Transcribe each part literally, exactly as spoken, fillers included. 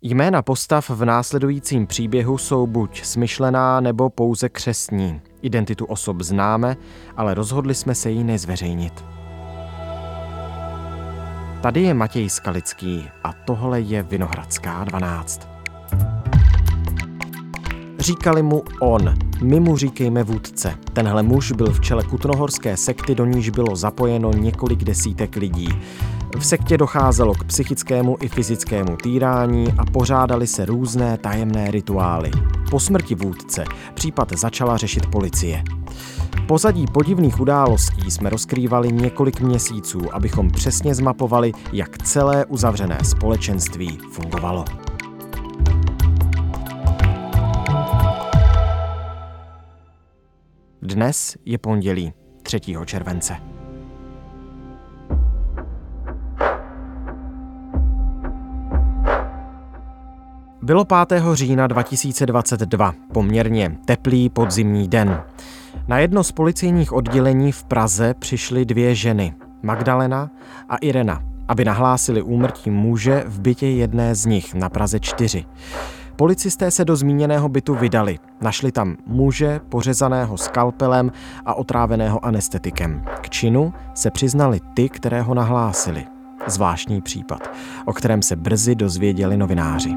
Jména postav v následujícím příběhu jsou buď smyšlená nebo pouze křestní. Identitu osob známe, ale rozhodli jsme se ji nezveřejnit. Tady je Matěj Skalický a tohle je Vinohradská dvanáct. Říkali mu on, my mu říkejme vůdce. Tenhle muž byl v čele kutnohorské sekty, do níž bylo zapojeno několik desítek lidí. V sektě docházelo k psychickému i fyzickému týrání a pořádaly se různé tajemné rituály. Po smrti vůdce případ začala řešit policie. Pozadí podivných událostí jsme rozkrývali několik měsíců, abychom přesně zmapovali, jak celé uzavřené společenství fungovalo. Dnes je pondělí, třetího července. Bylo pátého října dva tisíce dvacet dva, poměrně teplý podzimní den. Na jedno z policejních oddělení v Praze přišly dvě ženy, Magdalena a Irena, aby nahlásili úmrtí muže v bytě jedné z nich na Praze čtyři. Policisté se do zmíněného bytu vydali. Našli tam muže pořezaného skalpelem a otráveného anestetikem. K činu se přiznali ty, které ho nahlásili. Zvláštní případ, o kterém se brzy dozvěděli novináři.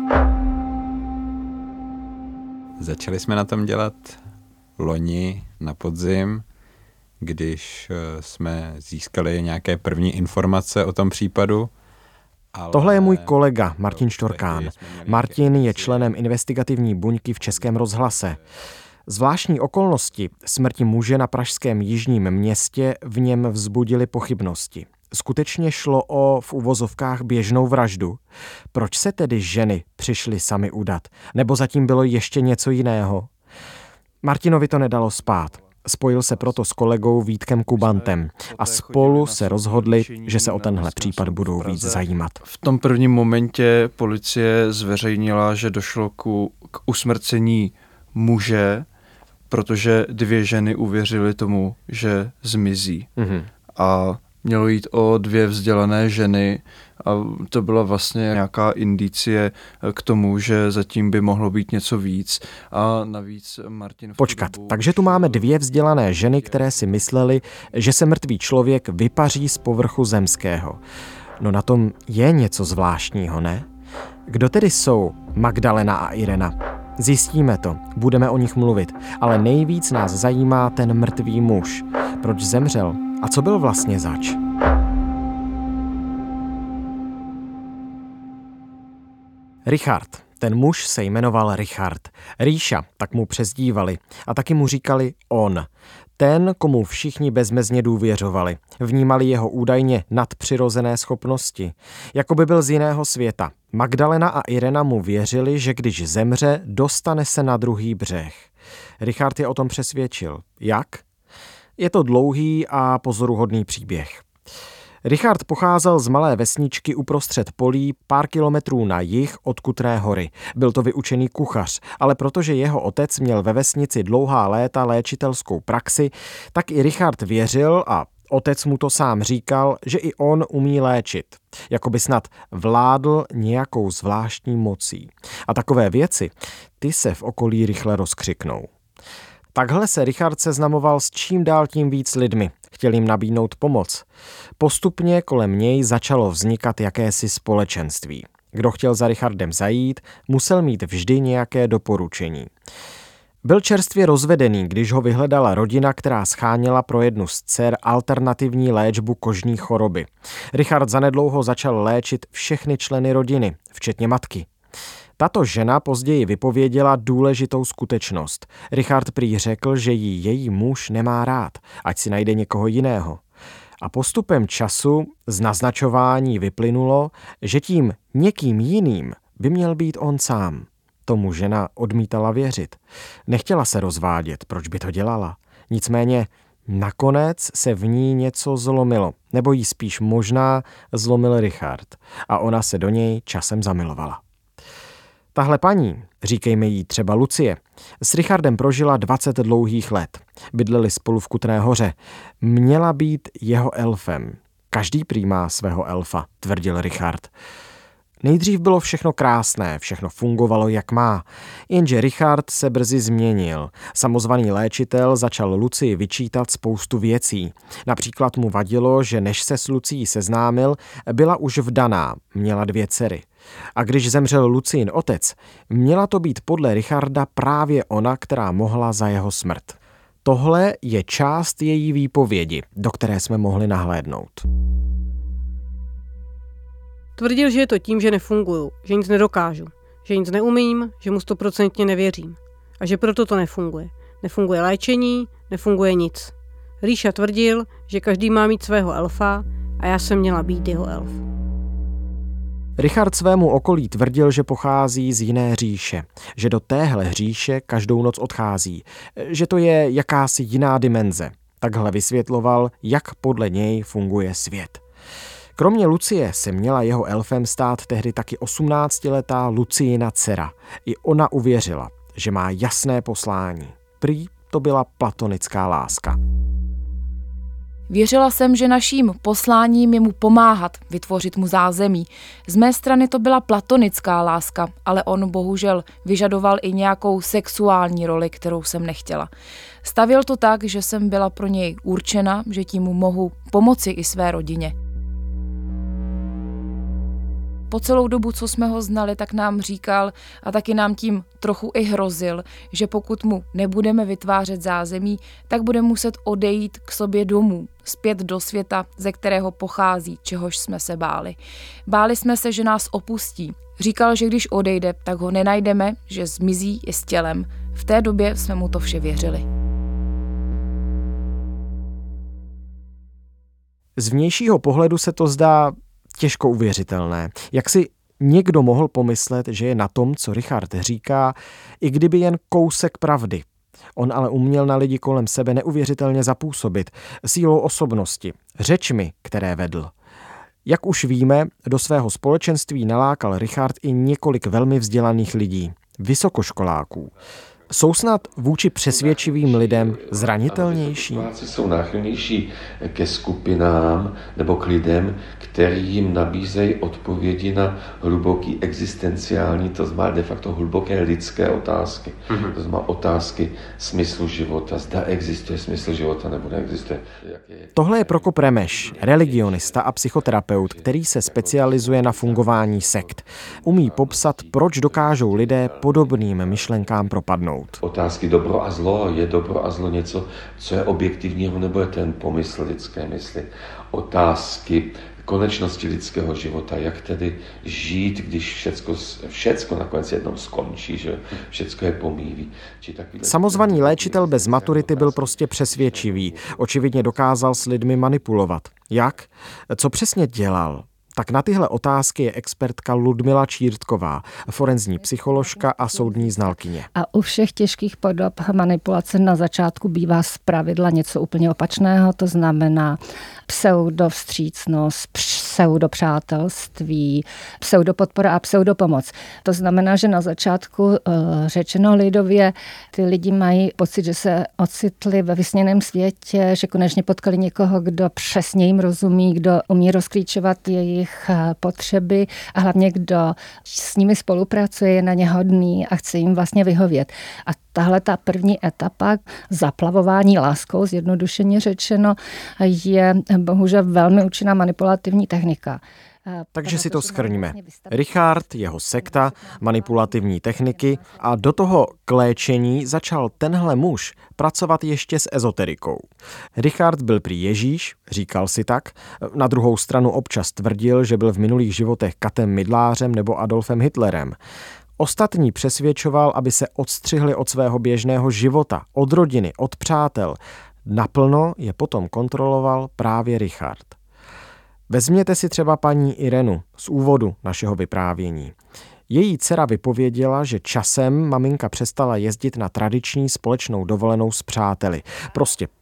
Začali jsme na tom dělat loni na podzim, když jsme získali nějaké první informace o tom případu. Ale tohle je můj kolega Martin Štorkán. Martin je členem investigativní buňky v Českém rozhlase. Zvláštní okolnosti smrti muže na pražském jižním městě v něm vzbudily pochybnosti. Skutečně šlo o v uvozovkách běžnou vraždu. Proč se tedy ženy přišly sami udat? Nebo zatím bylo ještě něco jiného? Martinovi to nedalo spát. Spojil se proto s kolegou Vítkem Kubantem a spolu se rozhodli, že se o tenhle případ budou víc zajímat. V tom prvním momentě policie zveřejnila, že došlo ku, k usmrcení muže, protože dvě ženy uvěřily tomu, že zmizí. Mm-hmm. A mělo jít o dvě vzdělané ženy a to byla vlastně nějaká indicie k tomu, že zatím by mohlo být něco víc. A navíc Martin... Počkat, takže tu máme dvě vzdělané ženy, které si mysleli, že se mrtvý člověk vypaří z povrchu zemského. No na tom je něco zvláštního, ne? Kdo tedy jsou Magdalena a Irena? Zjistíme to, budeme o nich mluvit, ale nejvíc nás zajímá ten mrtvý muž. Proč zemřel a co byl vlastně zač? Richard. Ten muž se jmenoval Richard. Ríša, tak mu přezdívali a taky mu říkali on. Ten, komu všichni bezmezně důvěřovali. Vnímali jeho údajně nadpřirozené schopnosti. Jako by byl z jiného světa. Magdalena a Irena mu věřili, že když zemře, dostane se na druhý břeh. Richard je o tom přesvědčil. Jak? Je to dlouhý a pozoruhodný příběh. Richard pocházel z malé vesničky uprostřed polí pár kilometrů na jih od Kutné Hory. Byl to vyučený kuchař, ale protože jeho otec měl ve vesnici dlouhá léta léčitelskou praxi, tak i Richard věřil a otec mu to sám říkal, že i on umí léčit. Jakoby snad vládl nějakou zvláštní mocí. A takové věci, ty se v okolí rychle rozkřiknou. Takhle se Richard seznamoval s čím dál tím víc lidmi. Chtěl jim nabídnout pomoc. Postupně kolem něj začalo vznikat jakési společenství. Kdo chtěl za Richardem zajít, musel mít vždy nějaké doporučení. Byl čerstvě rozvedený, když ho vyhledala rodina, která scháněla pro jednu z dcer alternativní léčbu kožní choroby. Richard zanedlouho začal léčit všechny členy rodiny, včetně matky. Tato žena později vypověděla důležitou skutečnost. Richard prý řekl, že ji její muž nemá rád, ať si najde někoho jiného. A postupem času z naznačování vyplynulo, že tím někým jiným by měl být on sám. Tomu žena odmítala věřit. Nechtěla se rozvádět, proč by to dělala. Nicméně nakonec se v ní něco zlomilo, nebo jí spíš možná zlomil Richard. A ona se do něj časem zamilovala. Tahle paní, říkejme jí třeba Lucie, s Richardem prožila dvacet dlouhých let. Bydleli spolu v Kutné Hoře. Měla být jeho elfem. Každý prý má svého elfa, tvrdil Richard. Nejdřív bylo všechno krásné, všechno fungovalo jak má, jenže Richard se brzy změnil. Samozvaný léčitel začal Lucii vyčítat spoustu věcí. Například mu vadilo, že než se s Lucií seznámil, byla už vdaná, měla dvě dcery. A když zemřel Luciin otec, měla to být podle Richarda právě ona, která mohla za jeho smrt. Tohle je část její výpovědi, do které jsme mohli nahlédnout. Tvrdil, že je to tím, že nefunguju, že nic nedokážu, že nic neumím, že mu stoprocentně nevěřím a že proto to nefunguje. Nefunguje léčení, nefunguje nic. Ríša tvrdil, že každý má mít svého elfa a já jsem měla být jeho elf. Richard svému okolí tvrdil, že pochází z jiné říše, že do téhle říše každou noc odchází, že to je jakási jiná dimenze. Takhle vysvětloval, jak podle něj funguje svět. Kromě Lucie se měla jeho elfem stát tehdy taky osmnáctiletá Luciina dcera. I ona uvěřila, že má jasné poslání. Prý to byla platonická láska. Věřila jsem, že naším posláním je mu pomáhat, vytvořit mu zázemí. Z mé strany to byla platonická láska, ale on bohužel vyžadoval i nějakou sexuální roli, kterou jsem nechtěla. Stavěl to tak, že jsem byla pro něj určena, že tím mu mohu pomoci i své rodině. Po celou dobu, co jsme ho znali, tak nám říkal a taky nám tím trochu i hrozil, že pokud mu nebudeme vytvářet zázemí, tak bude muset odejít k sobě domů, zpět do světa, ze kterého pochází, čehož jsme se báli. Báli jsme se, že nás opustí. Říkal, že když odejde, tak ho nenajdeme, že zmizí i s tělem. V té době jsme mu to vše věřili. Z vnějšího pohledu se to zdá těžko uvěřitelné. Jak si někdo mohl pomyslet, že je na tom, co Richard říká, i kdyby jen kousek pravdy. On ale uměl na lidi kolem sebe neuvěřitelně zapůsobit sílou osobnosti, řečmi, které vedl. Jak už víme, do svého společenství nalákal Richard i několik velmi vzdělaných lidí, vysokoškoláků. Jsou snad vůči přesvědčivým lidem zranitelnější? Jsou náchylnější ke skupinám nebo k lidem, který jim nabízejí odpovědi na hluboký existenciální, to znamená de facto hluboké lidské otázky. Mm-hmm. To znamená otázky smyslu života. Zda existuje smysl života nebo neexistuje. Tohle je Prokop Remeš, religionista a psychoterapeut, který se specializuje na fungování sekt. Umí popsat, proč dokážou lidé podobným myšlenkám propadnout. Otázky dobro a zlo. Je dobro a zlo něco, co je objektivního, nebo je ten pomysl lidské mysli? Otázky konečnosti lidského života, jak tedy žít, když všecko, všecko nakonec jednou skončí, že všecko je pomíjí. Samozvaný léčitel bez maturity byl prostě přesvědčivý. Očividně dokázal s lidmi manipulovat. Jak? Co přesně dělal? Tak na tyhle otázky je expertka Ludmila Čírtková, forenzní psycholožka a soudní znalkyně. A u všech těžkých podob manipulace na začátku bývá zpravidla něco úplně opačného, to znamená pseudovstřícnost, pseudopřátelství, pseudopodpora a pseudopomoc. To znamená, že na začátku řečeno lidově, ty lidi mají pocit, že se ocitli ve vysněném světě, že konečně potkali někoho, kdo přesně jim rozumí, kdo umí rozklíčovat jejich potřeby a hlavně kdo s nimi spolupracuje, je na ně hodný a chce jim vlastně vyhovět. A tahle ta první etapa zaplavování láskou, zjednodušeně řečeno, je bohužel velmi účinná manipulativní technika. Takže si to shrňme. Richard, jeho sekta, manipulativní techniky a do toho k léčení začal tenhle muž pracovat ještě s ezoterikou. Richard byl prý Ježíš, říkal si tak, na druhou stranu občas tvrdil, že byl v minulých životech Katem Mydlářem nebo Adolfem Hitlerem. Ostatní přesvědčoval, aby se odstřihli od svého běžného života, od rodiny, od přátel. Naplno je potom kontroloval právě Richard. Vezměte si třeba paní Irenu z úvodu našeho vyprávění. Její dcera vypověděla, že časem maminka přestala jezdit na tradiční společnou dovolenou s přáteli. Prostě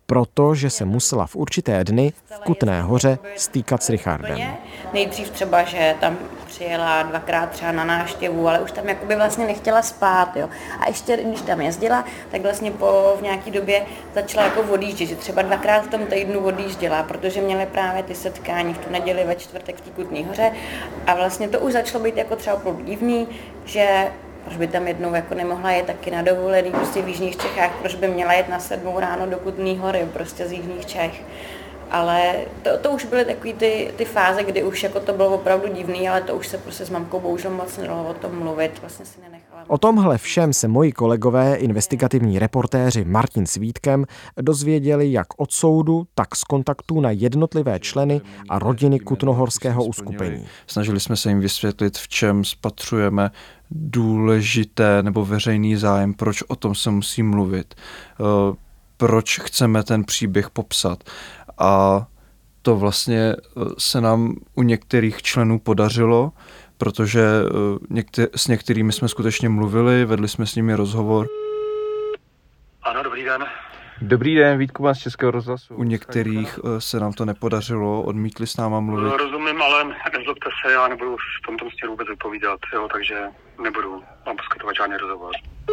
protože se musela v určité dny v Kutné Hoře stýkat s Richardem. Nejdřív třeba, že tam přijela dvakrát třeba na návštěvu, ale už tam jakoby vlastně nechtěla spát, jo. A ještě když tam jezdila, tak vlastně po v nějaký době začala jako odjíždět, že třeba dvakrát v tom týdnu odjížděla, protože měly právě ty setkání v tu neděli, ve čtvrtek v té Kutné Hoře a vlastně to už začalo být jako třeba opravdu divný, že proč by tam jednou jako nemohla jet taky na dovolený prostě v jižních Čechách, proč by měla jet na sedmou ráno do Kutné Hory prostě z jižních Čech. Ale to, to už byly takové ty, ty fáze, kdy už jako to bylo opravdu divný, ale to už se prostě s mamkou bohužel moc nedalo o tom mluvit, vlastně si nenechala. O tomhle všem se moji kolegové, investigativní reportéři Martin s Vítkem, dozvěděli jak od soudu, tak z kontaktů na jednotlivé členy a rodiny kutnohorského uskupení. Snažili jsme se jim vysvětlit, v čem spatřujeme důležité nebo veřejný zájem, proč o tom se musí mluvit, proč chceme ten příběh popsat. A to vlastně se nám u některých členů podařilo, protože některý, s některými jsme skutečně mluvili, vedli jsme s nimi rozhovor. Ano, dobrý den. Dobrý den, Vítku z Českého rozhlasu. U některých se nám to nepodařilo, odmítli s náma mluvit. Rozumím, ale nezlobte se, já nebudu v tomto směru vůbec vypovídat, jo, takže nebudu vám poskytovat žádný rozhovor.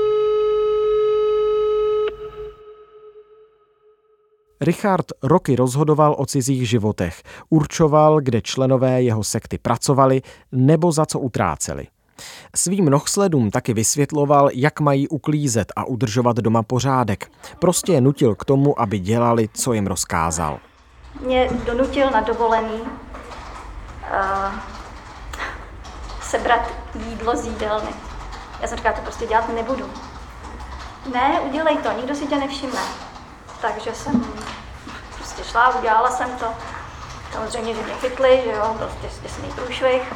Richard roky rozhodoval o cizích životech, určoval, kde členové jeho sekty pracovali nebo za co utráceli. Svým nohsledům taky vysvětloval, jak mají uklízet a udržovat doma pořádek. Prostě je nutil k tomu, aby dělali, co jim rozkázal. Mě donutil na dovolený uh, sebrat jídlo z jídelny. Já jsem říkala, to prostě dělat nebudu. Ne, udělej to, nikdo si tě nevšimne. Takže jsem prostě šla, udělala jsem to. Samozřejmě, že mě chytli, že jo, prostě těsný průšvih.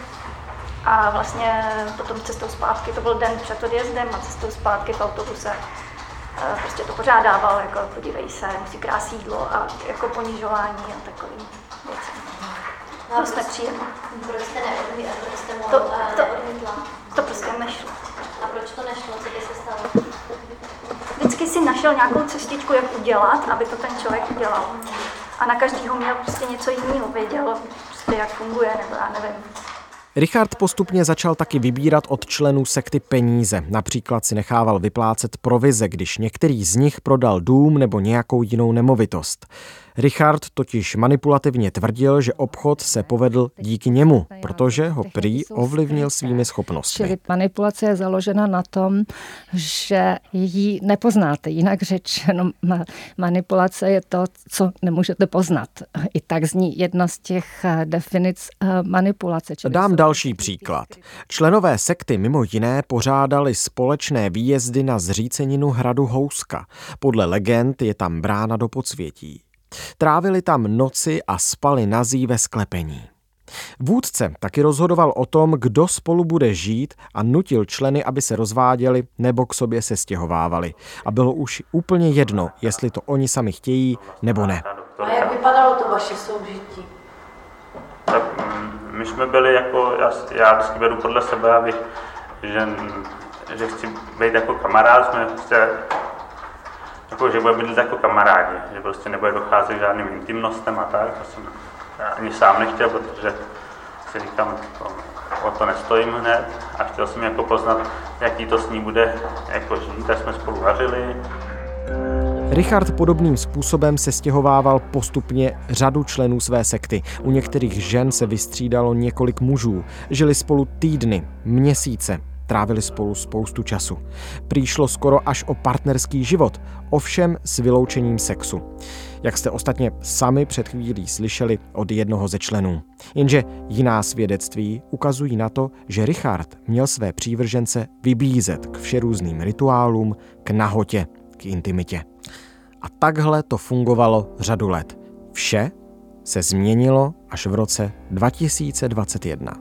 A vlastně potom cestou zpátky, to byl den před odjezdem a cestou zpátky v autobuse prostě to pořádával, jako podívej se, musí krásný jídlo a jako ponižování a takový věci. No, dost nepříjemné. Proč jste neodmítla? Proč jste to, to, to prostě nešlo. A proč to nešlo? Co by se stalo? Vždycky si našel nějakou cestičku, jak udělat, aby to ten člověk udělal. A na každýho měl prostě něco jiného, věděl prostě jak funguje, nebo já nevím. Richard postupně začal taky vybírat od členů sekty peníze. Například si nechával vyplácet provize, když některý z nich prodal dům nebo nějakou jinou nemovitost. Richard totiž manipulativně tvrdil, že obchod se povedl díky němu, protože ho prý ovlivnil svými schopnostmi. Čili manipulace je založena na tom, že ji nepoznáte. Jinak řečeno, manipulace je to, co nemůžete poznat. I tak zní jedna z těch definic manipulace. Dám další příklad. Členové sekty mimo jiné pořádali společné výjezdy na zříceninu hradu Houska. Podle legend je tam brána do podsvětí. Trávili tam noci a spali nazí ve sklepení. Vůdce taky rozhodoval o tom, kdo spolu bude žít a nutil členy, aby se rozváděli nebo k sobě se stěhovávali. A bylo už úplně jedno, jestli to oni sami chtějí nebo ne. A jak vypadalo to vaše soužití? Tak my jsme byli jako, já, já vždycky vedu podle sebe, abych, že, že chci být jako kamarád, jsme prostě jako, že bude bydlet jako kamarádi, že prostě nebude docházet k žádným intimnostem a tak. To jsem ani sám nechtěl, protože si říkám, to, o to nestojím hned a chtěl jsem jako poznat, jaký to s ní bude jako žít, tak jsme spolu vařili. Richard podobným způsobem se stěhovával postupně řadu členů své sekty. U některých žen se vystřídalo několik mužů. Žili spolu týdny, měsíce. Trávili spolu spoustu času. Prý šlo skoro až o partnerský život, ovšem s vyloučením sexu. Jak jste ostatně sami před chvílí slyšeli od jednoho ze členů. Jenže jiná svědectví ukazují na to, že Richard měl své přívržence vybízet k všerůzným rituálům, k nahotě, k intimitě. A takhle to fungovalo řadu let. Vše se změnilo až v roce dva tisíce dvacet jedna.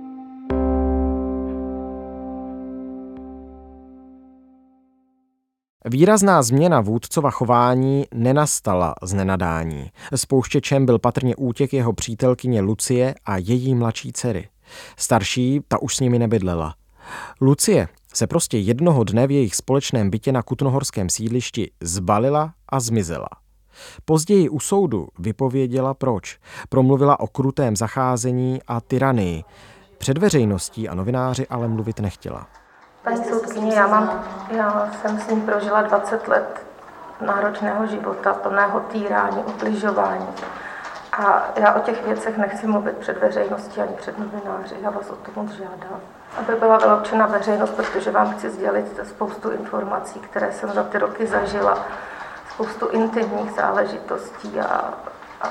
Výrazná změna vůdcova chování nenastala z nenadání. Spouštěčem byl patrně útěk jeho přítelkyně Lucie a její mladší dcery. Starší ta už s nimi nebydlela. Lucie se prostě jednoho dne v jejich společném bytě na kutnohorském sídlišti zbalila a zmizela. Později u soudu vypověděla proč. Promluvila o krutém zacházení a tyranii. Před veřejností a novináři ale mluvit nechtěla. Paní soudkyně, já, mám, já jsem s ním prožila dvacet let náročného života, plného týrání, ubližování. A já o těch věcech nechci mluvit před veřejností ani před novináři. Já vás o to moc žádám. Aby byla vyloučena veřejnost, protože vám chci sdělit spoustu informací, které jsem za ty roky zažila. Spoustu intimních záležitostí, a, a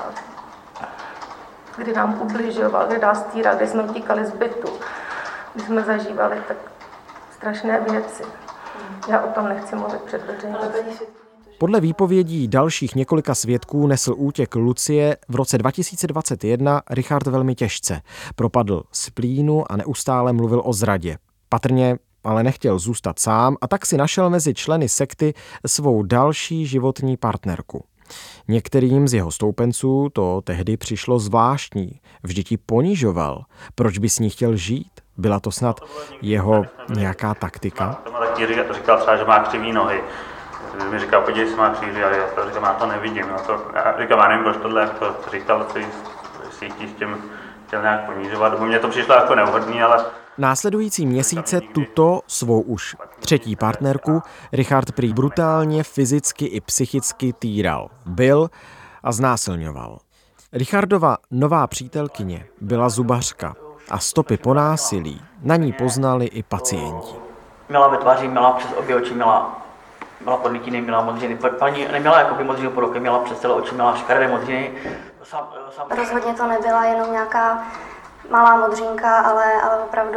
kdy nám ubližoval, kdy nás týral, kdy jsme utíkali z bytu, kdy jsme zažívali tak strašné věci. Já o tom nechci mluvit před veřejností. Podle výpovědí dalších několika svědků nesl útěk Lucie v roce dva tisíce dvacet jedna Richard velmi těžce. Propadl splínu a neustále mluvil o zradě. Patrně ale nechtěl zůstat sám a tak si našel mezi členy sekty svou další životní partnerku. Některým z jeho stoupenců to tehdy přišlo zvláštní. Vždyť ji ponižoval. Proč by s ní chtěl žít? Byla to snad jeho nějaká taktika? Taky říkal třeba, že má křivý nohy. Mi říkal, podívej se, má kříži, ale já to říkám, já to nevidím. No to, já říkám, já nevím, proč tohle jako říkal, co si chtěl s tím chtěl nějak ponižovat. Mně to přišlo jako nevhodný, ale... Následující měsíce tuto svou už třetí partnerku Richard prý brutálně fyzicky i psychicky týral, bil a znásilňoval. Richardova nová přítelkyně byla zubařka a stopy po násilí na ní poznali i pacienti. Měla ve tváři, měla přes obě oči, měla, měla podlitiny, měla modřiny. Paní neměla jakoby modřinu pod okem, měla přes celé oči, měla škaredé modřiny. Sam, sam... Rozhodně to nebyla jenom nějaká malá modřínka, ale, ale opravdu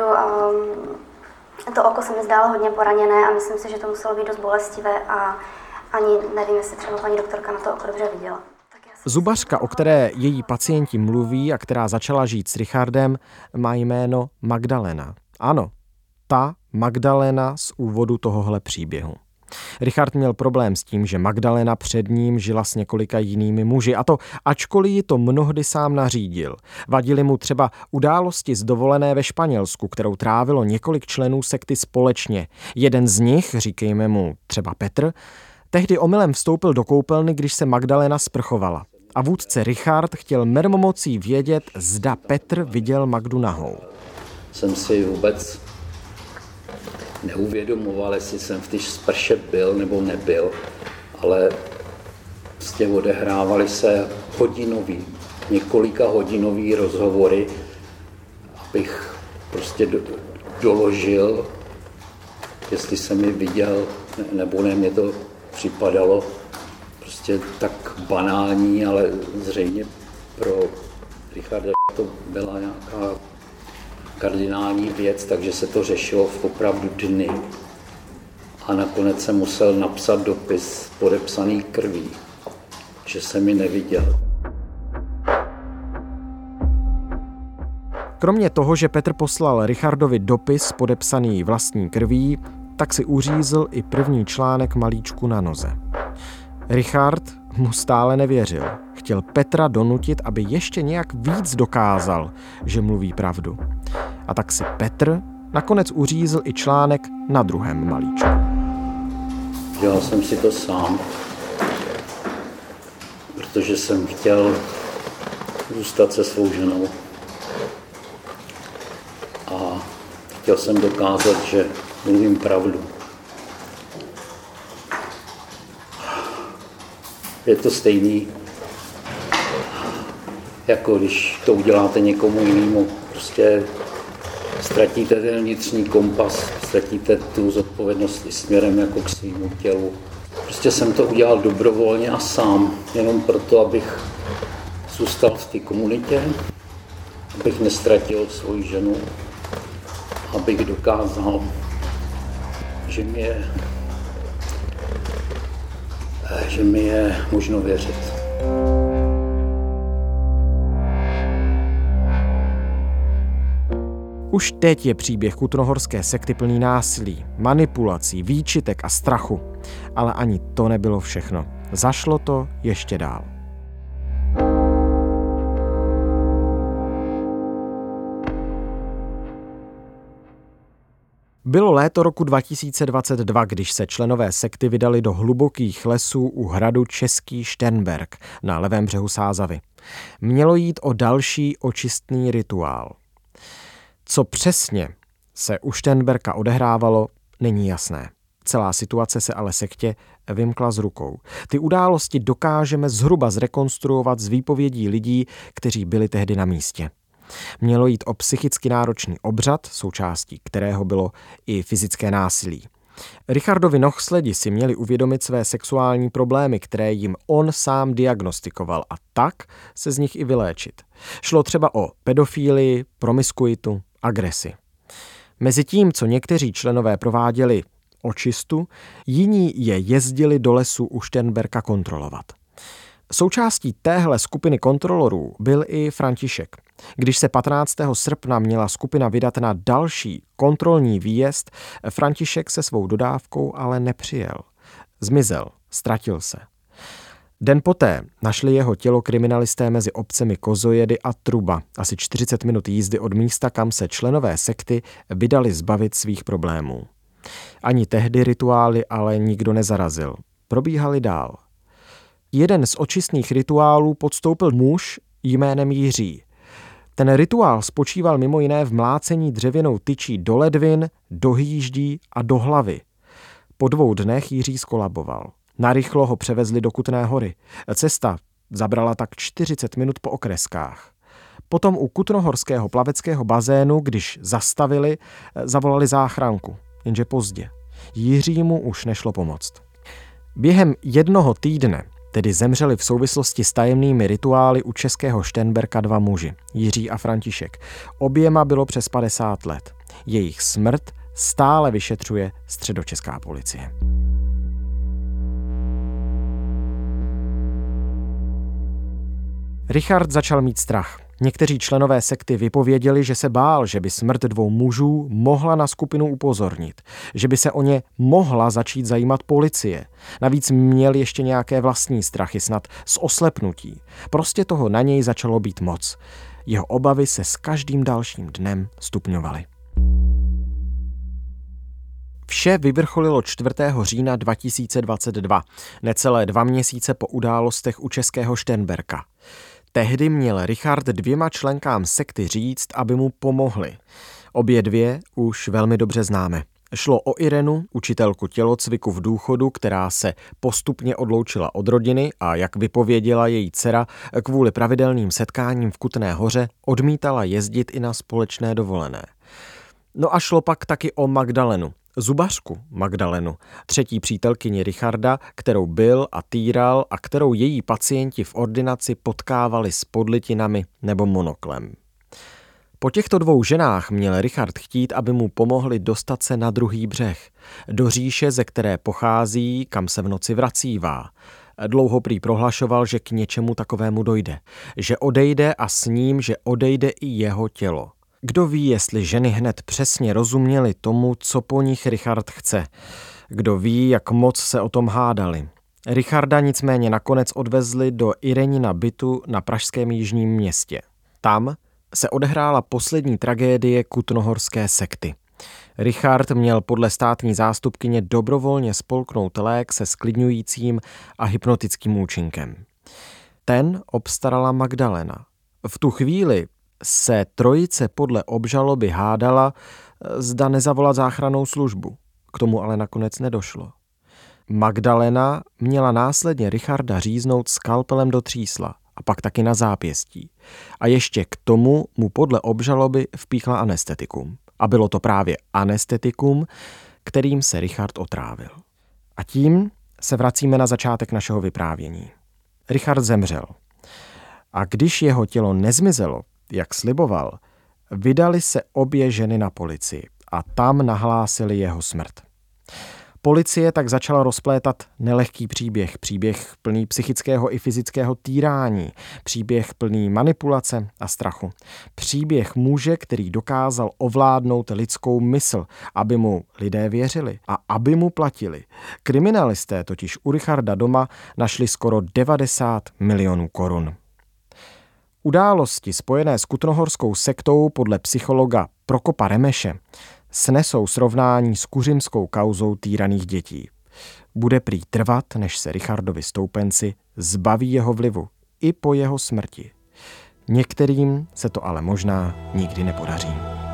um, to oko se mi zdálo hodně poraněné a myslím si, že to muselo být dost bolestivé a ani nevím, jestli třeba paní doktorka na to oko dobře viděla. Zubařka, o které její pacienti mluví a která začala žít s Richardem, má jméno Magdalena. Ano, ta Magdalena z úvodu tohohle příběhu. Richard měl problém s tím, že Magdalena před ním žila s několika jinými muži, a to ačkoliv ji to mnohdy sám nařídil. Vadily mu třeba události z dovolené ve Španělsku, kterou trávilo několik členů sekty společně. Jeden z nich, říkejme mu třeba Petr, tehdy omylem vstoupil do koupelny, když se Magdalena sprchovala. A vůdce Richard chtěl mermomocí vědět, zda Petr viděl Magdu nahou. Jsem si vůbec neuvědomoval, jestli jsem v té sprše byl nebo nebyl, ale prostě odehrávaly se hodinový, několika hodinový rozhovory, abych prostě do, doložil, jestli jsem ji viděl nebo ne. Mně to připadalo prostě tak banální, ale zřejmě pro Richarda to byla nějaká kardinální věc, takže se to řešilo v opravdu dny. A nakonec jsem musel napsat dopis podepsaný krví, že jsem mi neviděl. Kromě toho, že Petr poslal Richardovi dopis podepsaný vlastní krví, tak si uřízl i první článek malíčku na noze. Richard mu stále nevěřil. Chtěl Petra donutit, aby ještě nějak víc dokázal, že mluví pravdu. A tak si Petr nakonec uřízl i článek na druhém malíčku. Dělal jsem si to sám, protože jsem chtěl zůstat se svou ženou. A chtěl jsem dokázat, že mluvím pravdu. Je to stejný, jako když to uděláte někomu jinému. Prostě ztratíte ten vnitřní kompas, ztratíte tu zodpovědnost i směrem jako k svému tělu. Prostě jsem to udělal dobrovolně a sám, jenom proto, abych zůstal v té komunitě, abych nestratil svoji ženu, abych dokázal, že mi je, že mi je možno věřit. Už teď je příběh kutnohorské sekty plný násilí, manipulací, výčitek a strachu. Ale ani to nebylo všechno. Zašlo to ještě dál. Bylo léto roku dva tisíce dvacet dva, když se členové sekty vydali do hlubokých lesů u hradu Český Šternberk na levém břehu Sázavy. Mělo jít o další očistný rituál. Co přesně se u Šternberka odehrávalo, není jasné. Celá situace se ale sektě vymkla z rukou. Ty události dokážeme zhruba zrekonstruovat z výpovědí lidí, kteří byli tehdy na místě. Mělo jít o psychicky náročný obřad, součástí kterého bylo i fyzické násilí. Richardovi Nochsledi si měli uvědomit své sexuální problémy, které jim on sám diagnostikoval, a tak se z nich i vyléčit. Šlo třeba o pedofílii, promiskuitu, agresi. Mezi tím, co někteří členové prováděli očistu, jiní je jezdili do lesu u Šternberka kontrolovat. Součástí téhle skupiny kontrolorů byl i František. Když se patnáctého srpna měla skupina vydat na další kontrolní výjezd, František se svou dodávkou ale nepřijel. Zmizel, ztratil se. Den poté našli jeho tělo kriminalisté mezi obcemi Kozojedy a Truba, asi čtyřicet minut jízdy od místa, kam se členové sekty vydali zbavit svých problémů. Ani tehdy rituály ale nikdo nezarazil. Probíhaly dál. Jeden z očistných rituálů podstoupil muž jménem Jiří. Ten rituál spočíval mimo jiné v mlácení dřevěnou tyčí do ledvin, do hýždí a do hlavy. Po dvou dnech Jiří skolaboval. Narychlo ho převezli do Kutné Hory. Cesta zabrala tak čtyřicet minut po okreskách. Potom u kutnohorského plaveckého bazénu, když zastavili, zavolali záchranku, jenže pozdě. Jiřímu už nešlo pomoct. Během jednoho týdne tedy zemřeli v souvislosti s tajemnými rituály u Českého Šternberka dva muži, Jiří a František. Oběma bylo přes padesát let. Jejich smrt stále vyšetřuje středočeská policie. Richard začal mít strach. Někteří členové sekty vypověděli, že se bál, že by smrt dvou mužů mohla na skupinu upozornit, že by se o ně mohla začít zajímat policie. Navíc měl ještě nějaké vlastní strachy, snad z oslepnutí. Prostě toho na něj začalo být moc. Jeho obavy se s každým dalším dnem stupňovaly. Vše vyvrcholilo čtvrtého října dva tisíce dvacet dva, necelé dva měsíce po událostech u Českého Šternberka. Tehdy měl Richard dvěma členkám sekty říct, aby mu pomohli. Obě dvě už velmi dobře známe. Šlo o Irenu, učitelku tělocviku v důchodu, která se postupně odloučila od rodiny a, jak vypověděla její dcera, kvůli pravidelným setkáním v Kutné Hoře odmítala jezdit i na společné dovolené. No a šlo pak taky o Magdalenu, zubařku Magdalenu, třetí přítelkyni Richarda, kterou byl a týral a kterou její pacienti v ordinaci potkávali s podlitinami nebo monoklem. Po těchto dvou ženách měl Richard chtít, aby mu pomohli dostat se na druhý břeh, do říše, ze které pochází, kam se v noci vracívá. Dlouho prý prohlašoval, že k něčemu takovému dojde, že odejde a s ním, že odejde i jeho tělo. Kdo ví, jestli ženy hned přesně rozuměly tomu, co po nich Richard chce. Kdo ví, jak moc se o tom hádali. Richarda nicméně nakonec odvezli do Irenina bytu na pražském Jižním Městě. Tam se odehrála poslední tragédie kutnohorské sekty. Richard měl podle státní zástupkyně dobrovolně spolknout lék se sklidňujícím a hypnotickým účinkem. Ten obstarala Magdalena. V tu chvíli se trojice podle obžaloby hádala, zda nezavolat záchrannou službu. K tomu ale nakonec nedošlo. Magdalena měla následně Richarda říznout skalpelem do třísla a pak taky na zápěstí. A ještě k tomu mu podle obžaloby vpíchla anestetikum. A bylo to právě anestetikum, kterým se Richard otrávil. A tím se vracíme na začátek našeho vyprávění. Richard zemřel. A když jeho tělo nezmizelo, jak sliboval, vydali se obě ženy na policii a tam nahlásili jeho smrt. Policie tak začala rozplétat nelehký příběh, příběh plný psychického i fyzického týrání, příběh plný manipulace a strachu. Příběh muže, který dokázal ovládnout lidskou mysl, aby mu lidé věřili a aby mu platili. Kriminalisté totiž u Richarda doma našli skoro devadesát milionů korun. Události spojené s kutnohorskou sektou podle psychologa Prokopa Remeše snesou srovnání s kuřimskou kauzou týraných dětí. Bude prý trvat, než se Richardovi stoupenci zbaví jeho vlivu i po jeho smrti. Některým se to ale možná nikdy nepodaří.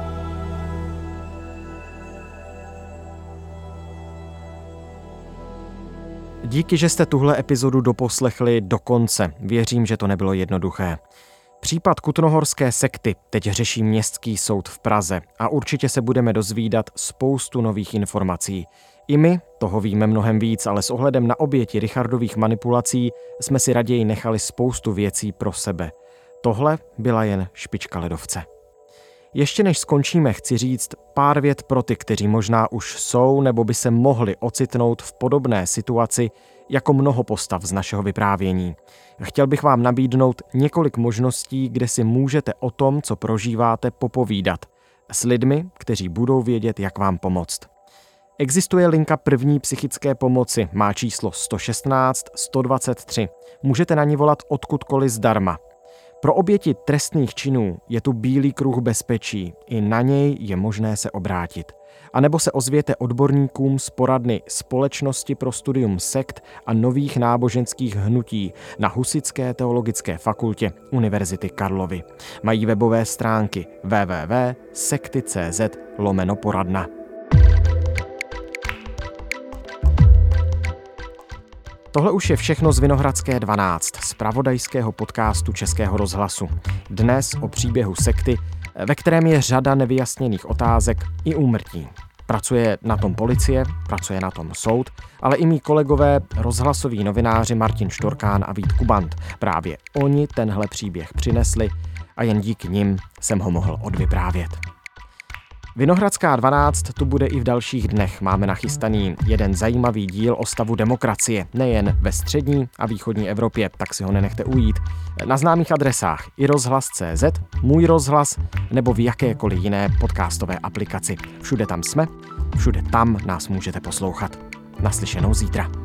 Díky, že jste tuhle epizodu doposlechli do konce. Věřím, že to nebylo jednoduché. Případ kutnohorské sekty teď řeší Městský soud v Praze a určitě se budeme dozvídat spoustu nových informací. I my toho víme mnohem víc, ale s ohledem na oběti Richardových manipulací jsme si raději nechali spoustu věcí pro sebe. Tohle byla jen špička ledovce. Ještě než skončíme, chci říct pár vět pro ty, kteří možná už jsou nebo by se mohli ocitnout v podobné situaci jako mnoho postav z našeho vyprávění. Chtěl bych vám nabídnout několik možností, kde si můžete o tom, co prožíváte, popovídat. S lidmi, kteří budou vědět, jak vám pomoct. Existuje linka první psychické pomoci, má číslo sto šestnáct sto dvacet tři. Můžete na ní volat odkudkoliv zdarma. Pro oběti trestných činů je tu bílý kruh bezpečí, i na něj je možné se obrátit. A nebo se ozvěte odborníkům z poradny Společnosti pro studium sekt a nových náboženských hnutí na Husitské teologické fakultě Univerzity Karlovy. Mají webové stránky w w w tečka sekty tečka c z lomeno poradna. Tohle už je všechno z Vinohradské dvanáct, z zpravodajského podcastu Českého rozhlasu. Dnes o příběhu sekty, ve kterém je řada nevyjasněných otázek i úmrtí. Pracuje na tom policie, pracuje na tom soud, ale i mý kolegové rozhlasoví novináři Martin Štorkán a Vít Kubant. Právě oni tenhle příběh přinesli a jen díky nim jsem ho mohl odvyprávět. Vinohradská dvanáct tu bude i v dalších dnech. Máme nachystaný jeden zajímavý díl o stavu demokracie, nejen ve střední a východní Evropě, tak si ho nenechte ujít. Na známých adresách i rozhlas tečka cé zet, Můj rozhlas nebo v jakékoliv jiné podcastové aplikaci. Všude tam jsme, všude tam nás můžete poslouchat. Naslyšenou zítra.